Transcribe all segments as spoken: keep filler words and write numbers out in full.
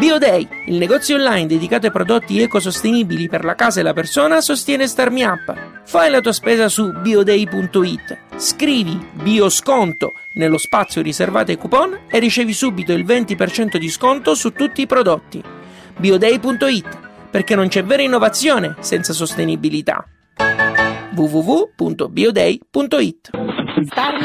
BioDay, il negozio online dedicato ai prodotti ecosostenibili per la casa e la persona, sostiene StarMeUp. Fai la tua spesa su bioday punto it, scrivi biosconto nello spazio riservato ai coupon e ricevi subito il venti per cento di sconto su tutti i prodotti. bioday punto it, perché non c'è vera innovazione senza sostenibilità. w w w punto bioday punto it. Start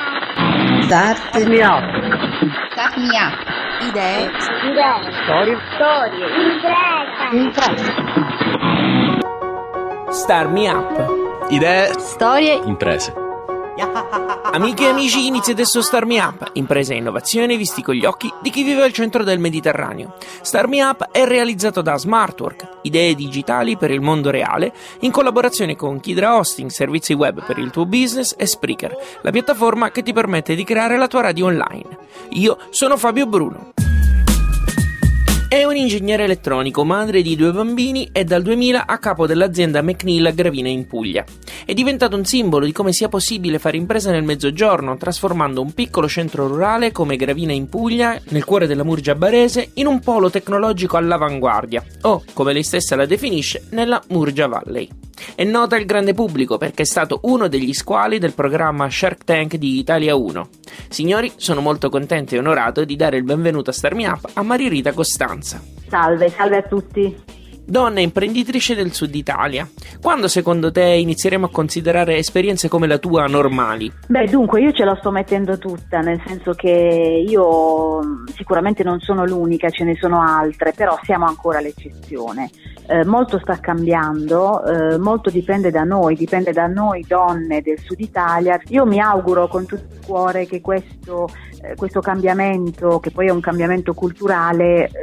me up. Start me up. Idee. Idee. Storie. Storie. Imprese. Start Me Up. Idee. Storie. Imprese. Amiche e amici, inizia adesso Start Me Up, impresa e innovazione visti con gli occhi di chi vive al centro del Mediterraneo. Start Me Up è realizzato da Smartwork, idee digitali per il mondo reale, in collaborazione con Kidra Hosting, servizi web per il tuo business, e Spreaker, la piattaforma che ti permette di creare la tua radio online. Io sono Fabio Bruno. È un ingegnere elettronico, madre di due bambini e dal duemila a capo dell'azienda McNeil a Gravina in Puglia. È diventato un simbolo di come sia possibile fare impresa nel Mezzogiorno, trasformando un piccolo centro rurale come Gravina in Puglia, nel cuore della Murgia barese, in un polo tecnologico all'avanguardia, o, come lei stessa la definisce, nella Murgia Valley. È nota al grande pubblico perché è stato uno degli squali del programma Shark Tank di Italia uno. Signori, sono molto contento e onorato di dare il benvenuto a Start Me Up a Maria-Rita Costanza. Salve, salve a tutti. Donna imprenditrice del Sud Italia, quando secondo te inizieremo a considerare esperienze come la tua normali? Beh, dunque io ce la sto mettendo tutta, nel senso che io sicuramente non sono l'unica, ce ne sono altre, però siamo ancora l'eccezione. Eh, molto sta cambiando, eh, molto dipende da noi, dipende da noi donne del Sud Italia. Io mi auguro con tutto il cuore che questo, eh, questo cambiamento, che poi è un cambiamento culturale, eh,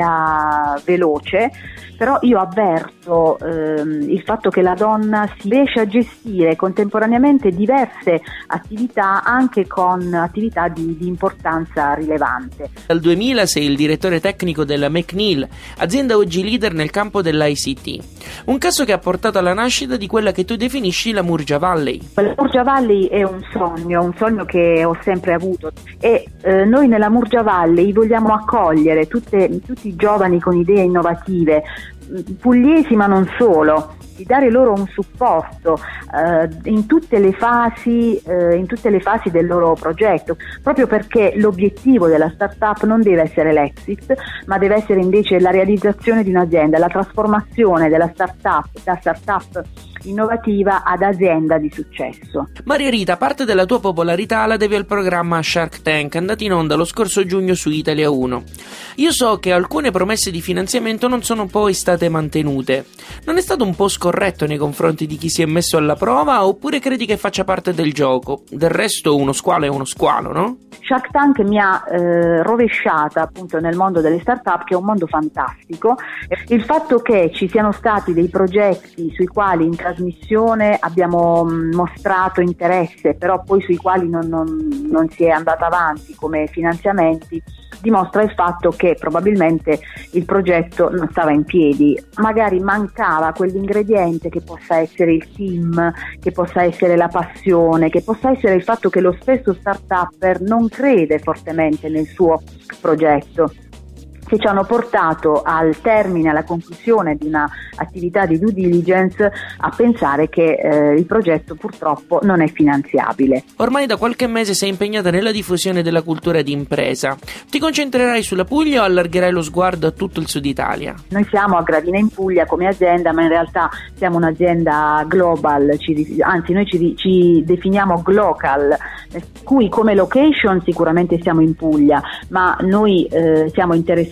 sia veloce. Però io avverto ehm, il fatto che la donna si riesce a gestire contemporaneamente diverse attività, anche con attività di, di importanza rilevante. Dal duemila sei il direttore tecnico della McNeil, azienda oggi leader nel campo dell'I C T. Un caso che ha portato alla nascita di quella che tu definisci la Murgia Valley. La Murgia Valley è un sogno, un sogno che ho sempre avuto, e eh, noi nella Murgia Valley vogliamo accogliere tutte, tutti i giovani con idee innovative, pugliesi ma non solo, di dare loro un supporto eh, in tutte le fasi eh, in tutte le fasi del loro progetto, proprio perché l'obiettivo della startup non deve essere l'exit, ma deve essere invece la realizzazione di un'azienda, la trasformazione della startup da startup innovativa ad azienda di successo. Maria-Rita, parte della tua popolarità la devi al programma Shark Tank, andato in onda lo scorso giugno su Italia uno. Io so che alcune promesse di finanziamento non sono poi state mantenute. Non è stato un po' scorretto nei confronti di chi si è messo alla prova, oppure credi che faccia parte del gioco? Del resto uno squalo è uno squalo, no? Shark Tank mi ha eh, rovesciata appunto nel mondo delle startup, che è un mondo fantastico. Il fatto che ci siano stati dei progetti sui quali in trasmissione abbiamo mh, mostrato interesse, però poi sui quali non, non, non si è andata avanti come finanziamenti, dimostra il fatto che probabilmente il progetto non stava in piedi, magari mancava quell'ingrediente che possa essere il team, che possa essere la passione, che possa essere il fatto che lo stesso start-upper non crede fortemente nel suo progetto, che ci hanno portato al termine, alla conclusione di una attività di due diligence, a pensare che eh, il progetto purtroppo non è finanziabile. Ormai da qualche mese sei impegnata nella diffusione della cultura di impresa. Ti concentrerai sulla Puglia o allargherai lo sguardo a tutto il Sud Italia? Noi siamo a Gravina in Puglia come azienda, ma in realtà siamo un'azienda global, ci, anzi noi ci, ci definiamo glocal, per cui come location sicuramente siamo in Puglia, ma noi eh, siamo interessati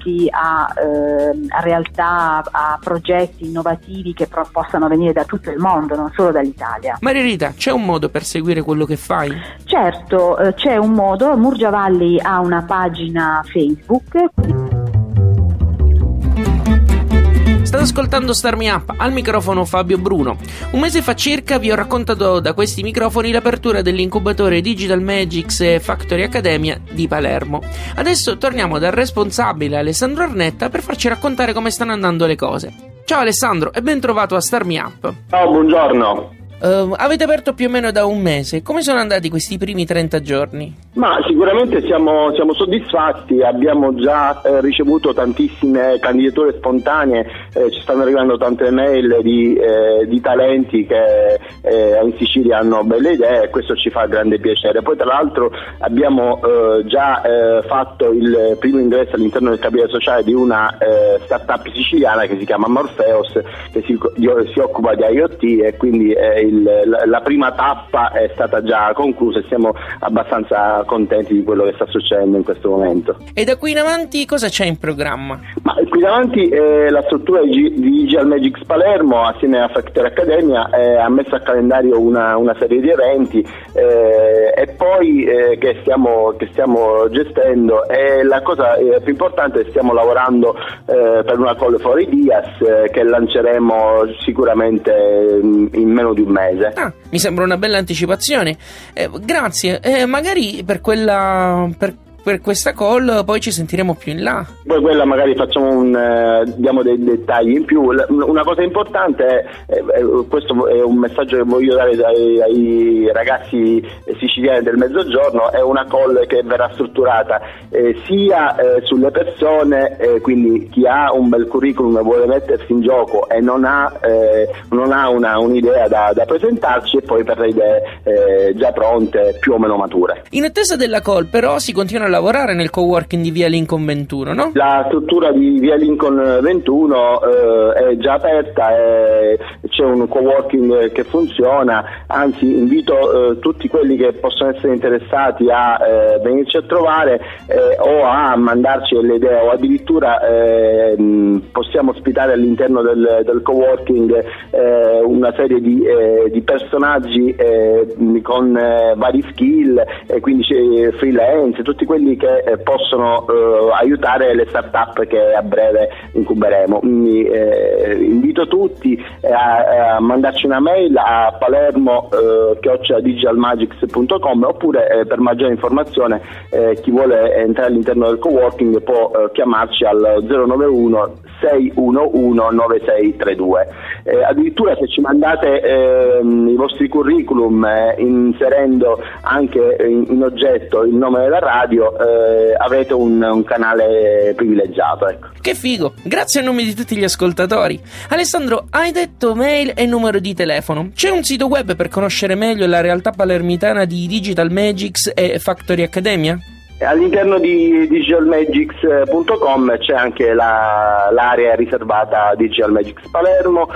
A, eh, a realtà, a progetti innovativi che pro- possano venire da tutto il mondo, non solo dall'Italia. Maria-Rita, c'è un modo per seguire quello che fai? Certo, eh, c'è un modo. Murgia Valley ha una pagina Facebook. State ascoltando Start Me Up, al microfono Fabio Bruno. Un mese fa circa vi ho raccontato da questi microfoni l'apertura dell'incubatore Digital Magics e Factory Academia di Palermo. Adesso torniamo dal responsabile Alessandro Arnetta per farci raccontare come stanno andando le cose. Ciao Alessandro e ben trovato a Start Me Up. Ciao, buongiorno. Uh, avete aperto più o meno da un mese, come sono andati questi primi trenta giorni? Ma sicuramente siamo, siamo soddisfatti, abbiamo già eh, ricevuto tantissime candidature spontanee, eh, ci stanno arrivando tante mail di, eh, di talenti che eh, in Sicilia hanno belle idee e questo ci fa grande piacere. Poi tra l'altro abbiamo eh, già eh, fatto il primo ingresso all'interno del capitale sociale di una eh, startup siciliana che si chiama Morpheus, che si, si occupa di IoT e quindi eh, il, la, la prima tappa è stata già conclusa e siamo abbastanza contenti di quello che sta succedendo in questo momento. E da qui in avanti cosa c'è in programma? Ma qui in avanti eh, la struttura di, G- di Digital Magics Palermo assieme a Factory Academia eh, ha messo a calendario una, una serie di eventi eh, e poi eh, che, stiamo, che stiamo gestendo, e la cosa eh, più importante è che stiamo lavorando eh, per una call for ideas eh, che lanceremo sicuramente in, in meno di un mese. Ah, mi sembra una bella anticipazione. Eh, grazie, eh, magari per quella per, per questa call poi ci sentiremo più in là. Poi quella magari facciamo un eh, diamo dei dettagli in più. Una cosa importante è, eh, questo è un messaggio che voglio dare ai, ai ragazzi siciliani del Mezzogiorno, è una call che verrà strutturata eh, sia eh, sulle persone, eh, quindi chi ha un bel curriculum e vuole mettersi in gioco e non ha, eh, non ha una, un'idea da, da presentarci, e poi per le idee eh, già pronte, più o meno mature. In attesa della call però si continua a lavorare nel coworking di Via Lincoln ventuno, no? La struttura di Via Lincoln ventuno eh, è già aperta, è, c'è un coworking che funziona, anzi invito eh, tutti quelli che possono essere interessati a eh, venirci a trovare eh, o a mandarci delle idee, o addirittura eh, possiamo ospitare all'interno del, del coworking eh, una serie di, eh, di personaggi eh, con eh, vari skill, e quindi c'è freelance, tutti quelli che eh, possono eh, aiutare le start-up che a breve incuberemo. Quindi eh, invito tutti a, a mandarci una mail a palermo eh, chiocciola digitalmagics punto com, oppure eh, per maggiore informazione eh, chi vuole entrare all'interno del coworking può eh, chiamarci al zero nove uno sei uno uno nove sei tre due. Eh, addirittura se ci mandate eh, i vostri curriculum eh, inserendo anche in, in oggetto il nome della radio, eh, avete un, un canale privilegiato, ecco. Che figo, grazie a nome di tutti gli ascoltatori. Alessandro, hai detto mail e numero di telefono. C'è un sito web per conoscere meglio la realtà palermitana di Digital Magics e Factory Academia? All'interno di digital magics punto com c'è anche la, l'area riservata a Digital Magics Palermo.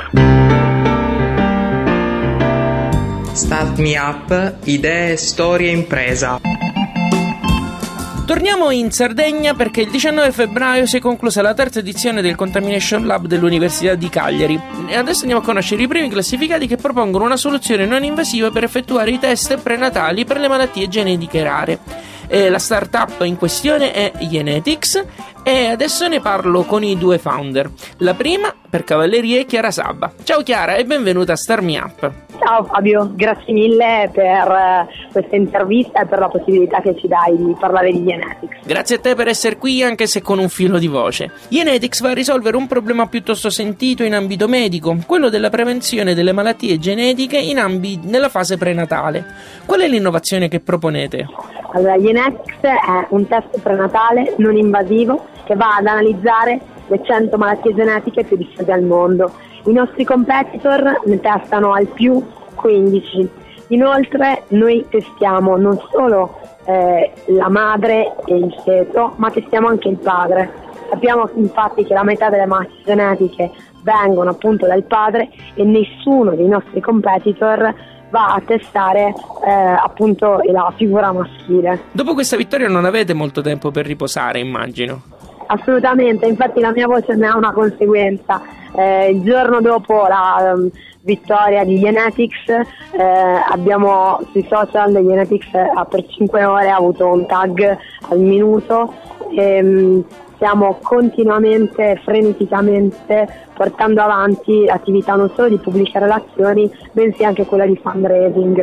Start Me Up, idee, storie, impresa. Torniamo in Sardegna perché il diciannove febbraio si è conclusa la terza edizione del Contamination Lab dell'Università di Cagliari, e adesso andiamo a conoscere i primi classificati che propongono una soluzione non invasiva per effettuare i test prenatali per le malattie genetiche rare. E la startup in questione è Genetics, e adesso ne parlo con i due founder. La prima, per cavalleria, è Chiara Sabba. Ciao Chiara e benvenuta a Start Me Up. Ciao Fabio, grazie mille per questa intervista e per la possibilità che ci dai di parlare di Genetics. Grazie a te per essere qui, anche se con un filo di voce. Genetics va a risolvere un problema piuttosto sentito in ambito medico, quello della prevenzione delle malattie genetiche in ambi- nella fase prenatale. Qual è l'innovazione che proponete? Allora, Genetics è un test prenatale non invasivo che va ad analizzare le cento malattie genetiche più diffuse al mondo. I nostri competitor ne testano al più quindici. Inoltre noi testiamo non solo eh, la madre e il feto, ma testiamo anche il padre. Sappiamo infatti che la metà delle malattie genetiche vengono appunto dal padre, e nessuno dei nostri competitor va a testare eh, appunto la figura maschile. Dopo questa vittoria non avete molto tempo per riposare, immagino. Assolutamente, infatti la mia voce ne ha una conseguenza. Eh, il giorno dopo la um, vittoria di Genetics eh, abbiamo sui social Genetics ha per cinque ore avuto un tag al minuto, e um, stiamo continuamente, freneticamente portando avanti attività non solo di pubbliche relazioni, bensì anche quella di fundraising.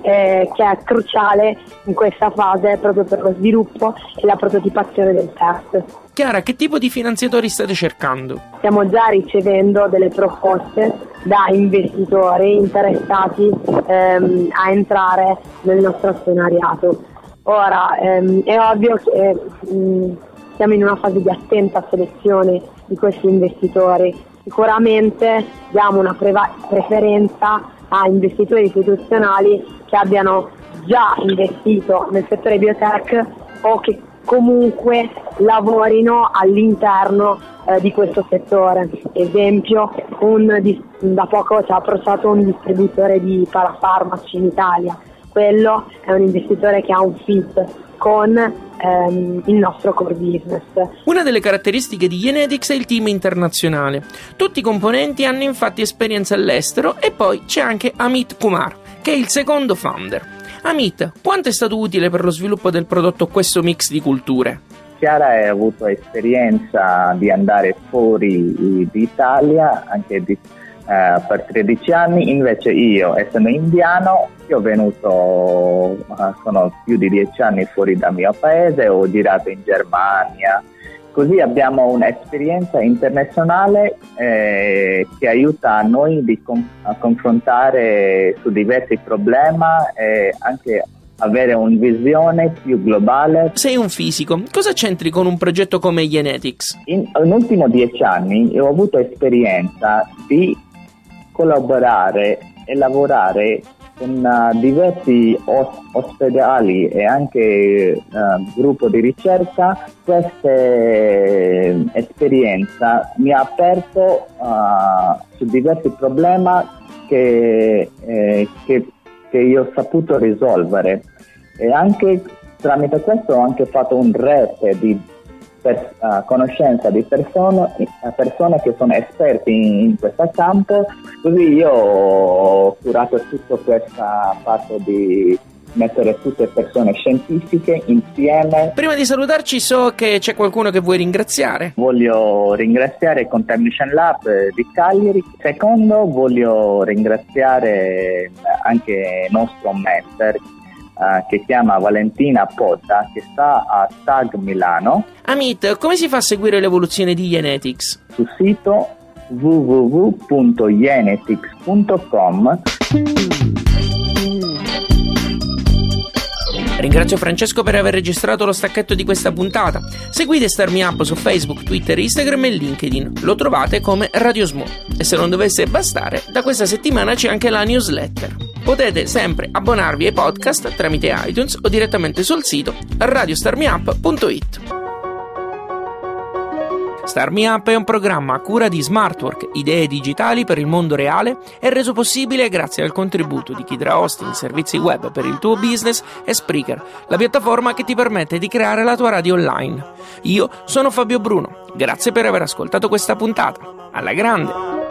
eh, che è cruciale in questa fase proprio per lo sviluppo e la prototipazione del test. Chiara, che tipo di finanziatori state cercando? Stiamo già ricevendo delle proposte da investitori interessati ehm, a entrare nel nostro azionariato. Ora ehm, è ovvio che mh, siamo in una fase di attenta selezione di questi investitori. Sicuramente diamo una preva- preferenza a investitori istituzionali che abbiano già investito nel settore biotech o che comunque lavorino all'interno eh, di questo settore. Esempio, un, da poco ci ha approcciato un distributore di parafarmaci in Italia. Quello è un investitore che ha un fit con ehm, il nostro core business. Una delle caratteristiche di Yenetics è il team internazionale. Tutti i componenti hanno infatti esperienza all'estero e poi c'è anche Amit Kumar, che è il secondo founder. Amit, quanto è stato utile per lo sviluppo del prodotto questo mix di culture? Chiara ha avuto esperienza di andare fuori d'Italia anche di, eh, per tredici anni, invece io, essendo indiano, io ho venuto, eh, sono più di dieci anni fuori dal mio paese, ho girato in Germania, così abbiamo un'esperienza internazionale eh, che aiuta noi di com- a confrontare su diversi problemi e anche avere una visione più globale. Sei un fisico, cosa c'entri con un progetto come Yenetics? In, negli ultimi dieci anni ho avuto esperienza di collaborare e lavorare con uh, diversi os- ospedali e anche uh, gruppo di ricerca. Questa eh, esperienza mi ha aperto uh, su diversi problemi che, eh, che, che io ho saputo risolvere, e anche tramite questo ho anche fatto un rete di per, uh, conoscenza di persone, persone che sono esperti in, in questo campo, così io ho curato tutta questa parte di mettere tutte persone scientifiche insieme. Prima di salutarci, so che c'è qualcuno che vuoi ringraziare. Voglio ringraziare Contamination Lab di Cagliari. Secondo, voglio ringraziare anche il nostro mentor Uh, che si chiama Valentina Potta, che sta a Tag Milano. Amit, come si fa a seguire l'evoluzione di Yenetics? Sul sito w w w punto yenetics punto com. Ringrazio Francesco per aver registrato lo stacchetto di questa puntata. Seguite Start Me Up su Facebook, Twitter, Instagram e LinkedIn. Lo trovate come Radio Smo. E se non dovesse bastare, da questa settimana c'è anche la newsletter. Potete sempre abbonarvi ai podcast tramite iTunes o direttamente sul sito radio star me up punto it. Start Me Up è un programma a cura di Smartwork, idee digitali per il mondo reale, e reso possibile grazie al contributo di Kidra Hosting, servizi web per il tuo business, e Spreaker, la piattaforma che ti permette di creare la tua radio online. Io sono Fabio Bruno, grazie per aver ascoltato questa puntata. Alla grande!